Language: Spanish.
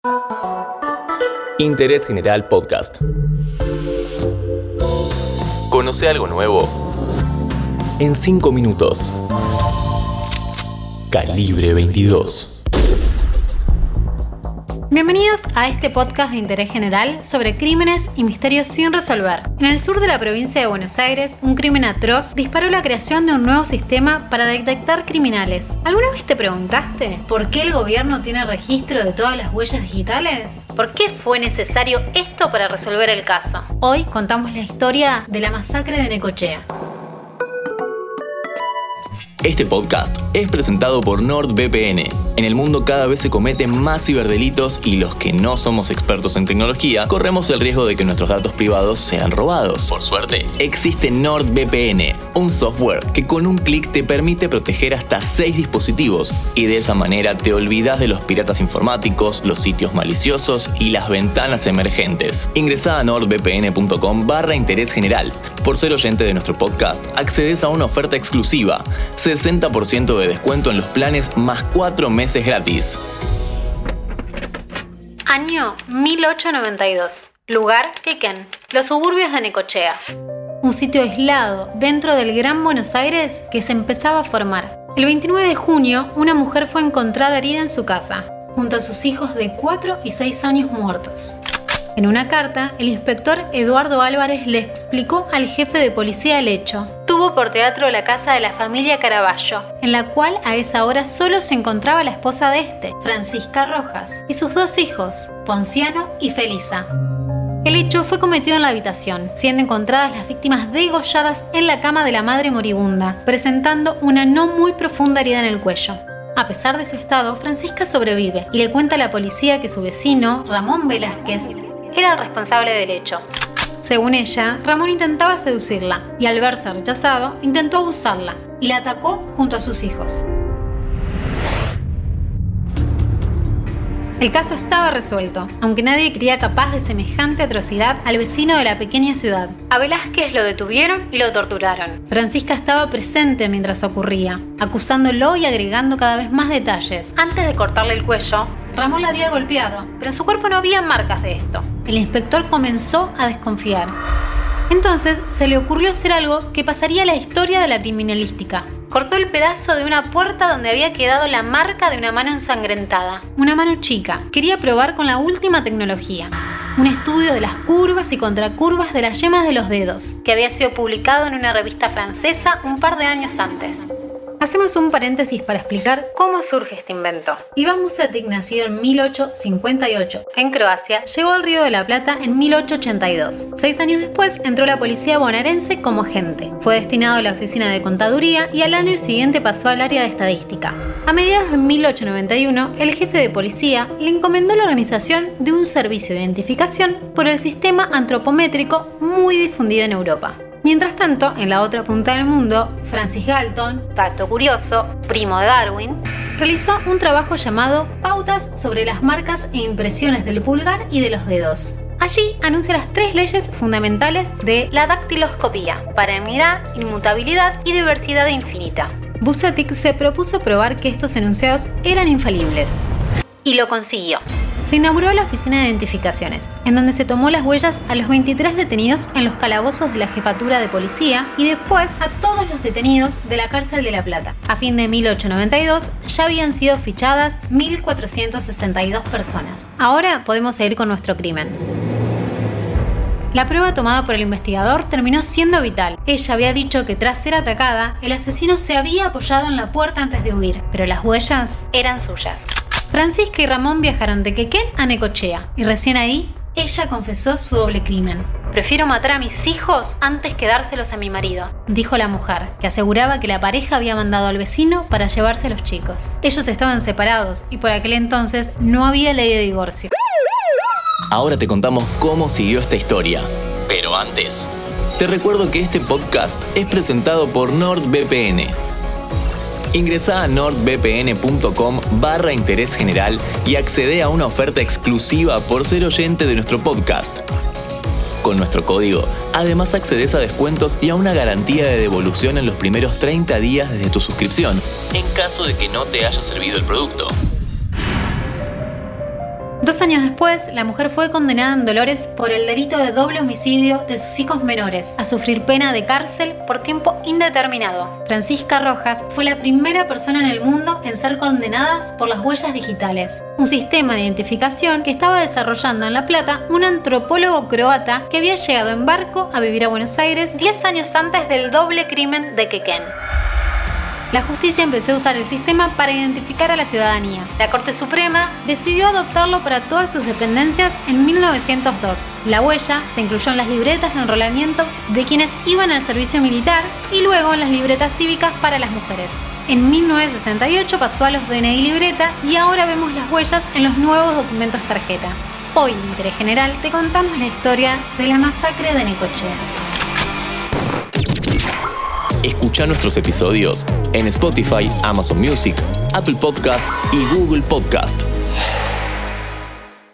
Interés General Podcast. Conoce algo nuevo en 5 minutos. Calibre 22. Bienvenidos a este podcast de interés general sobre crímenes y misterios sin resolver. En el sur de la provincia de Buenos Aires, un crimen atroz disparó la creación de un nuevo sistema para detectar criminales. ¿Alguna vez te preguntaste por qué el gobierno tiene registro de todas las huellas digitales? ¿Por qué fue necesario esto para resolver el caso? Hoy contamos la historia de la masacre de Necochea. Este podcast es presentado por NordVPN. En el mundo cada vez se cometen más ciberdelitos y los que no somos expertos en tecnología corremos el riesgo de que nuestros datos privados sean robados. Por suerte, existe NordVPN, un software que con un clic te permite proteger hasta 6 dispositivos y de esa manera te olvidas de los piratas informáticos, los sitios maliciosos y las ventanas emergentes. Ingresá a nordvpn.com/interés general. Por ser oyente de nuestro podcast, accedes a una oferta exclusiva. 60% de descuento en los planes más 4 meses gratis. Año 1892. Lugar Quequén, los suburbios de Necochea. Un sitio aislado dentro del Gran Buenos Aires que se empezaba a formar. El 29 de junio, una mujer fue encontrada herida en su casa, junto a sus hijos de 4 y 6 años muertos. En una carta, el inspector Eduardo Álvarez le explicó al jefe de policía el hecho. Tuvo por teatro la casa de la familia Caraballo, en la cual a esa hora solo se encontraba la esposa de este, Francisca Rojas, y sus 2 hijos, Ponciano y Felisa. El hecho fue cometido en la habitación, siendo encontradas las víctimas degolladas en la cama de la madre moribunda, presentando una no muy profunda herida en el cuello. A pesar de su estado, Francisca sobrevive y le cuenta a la policía que su vecino, Ramón Velázquez, era el responsable del hecho. Según ella, Ramón intentaba seducirla y al verse rechazado, intentó abusarla y la atacó junto a sus hijos. El caso estaba resuelto, aunque nadie creía capaz de semejante atrocidad al vecino de la pequeña ciudad. A Velázquez lo detuvieron y lo torturaron. Francisca estaba presente mientras ocurría, acusándolo y agregando cada vez más detalles. Antes de cortarle el cuello, Ramón la había golpeado, pero en su cuerpo no había marcas de esto. El inspector comenzó a desconfiar. Entonces se le ocurrió hacer algo que pasaría a la historia de la criminalística. Cortó el pedazo de una puerta donde había quedado la marca de una mano ensangrentada. Una mano chica. Quería probar con la última tecnología. Un estudio de las curvas y contracurvas de las yemas de los dedos, que había sido publicado en una revista francesa un par de años antes. Hacemos un paréntesis para explicar cómo surge este invento. Iván Musetic, nacido en 1858 en Croacia, llegó al Río de la Plata en 1882. 6 años después entró a la policía bonaerense como agente. Fue destinado a la oficina de contaduría y al año siguiente pasó al área de estadística. A mediados de 1891, el jefe de policía le encomendó la organización de un servicio de identificación por el sistema antropométrico muy difundido en Europa. Mientras tanto, en la otra punta del mundo, Francis Galton, dato curioso, primo de Darwin, realizó un trabajo llamado Pautas sobre las marcas e impresiones del pulgar y de los dedos. Allí anuncia las 3 leyes fundamentales de la dactiloscopía: perennidad, inmutabilidad y diversidad infinita. Musetic se propuso probar que estos enunciados eran infalibles. Y lo consiguió. Se inauguró la oficina de identificaciones, en donde se tomó las huellas a los 23 detenidos en los calabozos de la jefatura de policía y después a todos los detenidos de la cárcel de La Plata. A fin de 1892 ya habían sido fichadas 1.462 personas. Ahora podemos seguir con nuestro crimen. La prueba tomada por el investigador terminó siendo vital. Ella había dicho que tras ser atacada, el asesino se había apoyado en la puerta antes de huir, pero las huellas eran suyas. Francisca y Ramón viajaron de Quequén a Necochea y recién ahí ella confesó su doble crimen. Prefiero matar a mis hijos antes que dárselos a mi marido, dijo la mujer, que aseguraba que la pareja había mandado al vecino para llevarse a los chicos. Ellos estaban separados y por aquel entonces no había ley de divorcio. Ahora te contamos cómo siguió esta historia. Pero antes, te recuerdo que este podcast es presentado por NordVPN. Ingresá a nordvpn.com/interés general y accede a una oferta exclusiva por ser oyente de nuestro podcast. Con nuestro código, además accedes a descuentos y a una garantía de devolución en los primeros 30 días desde tu suscripción, en caso de que no te haya servido el producto. 2 años después, la mujer fue condenada en Dolores por el delito de doble homicidio de sus hijos menores, a sufrir pena de cárcel por tiempo indeterminado. Francisca Rojas fue la primera persona en el mundo en ser condenada por las huellas digitales, un sistema de identificación que estaba desarrollando en La Plata un antropólogo croata que había llegado en barco a vivir a Buenos Aires 10 años antes del doble crimen de Quequén. La justicia empezó a usar el sistema para identificar a la ciudadanía. La Corte Suprema decidió adoptarlo para todas sus dependencias en 1902. La huella se incluyó en las libretas de enrolamiento de quienes iban al servicio militar y luego en las libretas cívicas para las mujeres. En 1968 pasó a los DNI libreta y ahora vemos las huellas en los nuevos documentos tarjeta. Hoy en Interés General te contamos la historia de la masacre de Necochea. Escucha nuestros episodios en Spotify, Amazon Music, Apple Podcast y Google Podcast.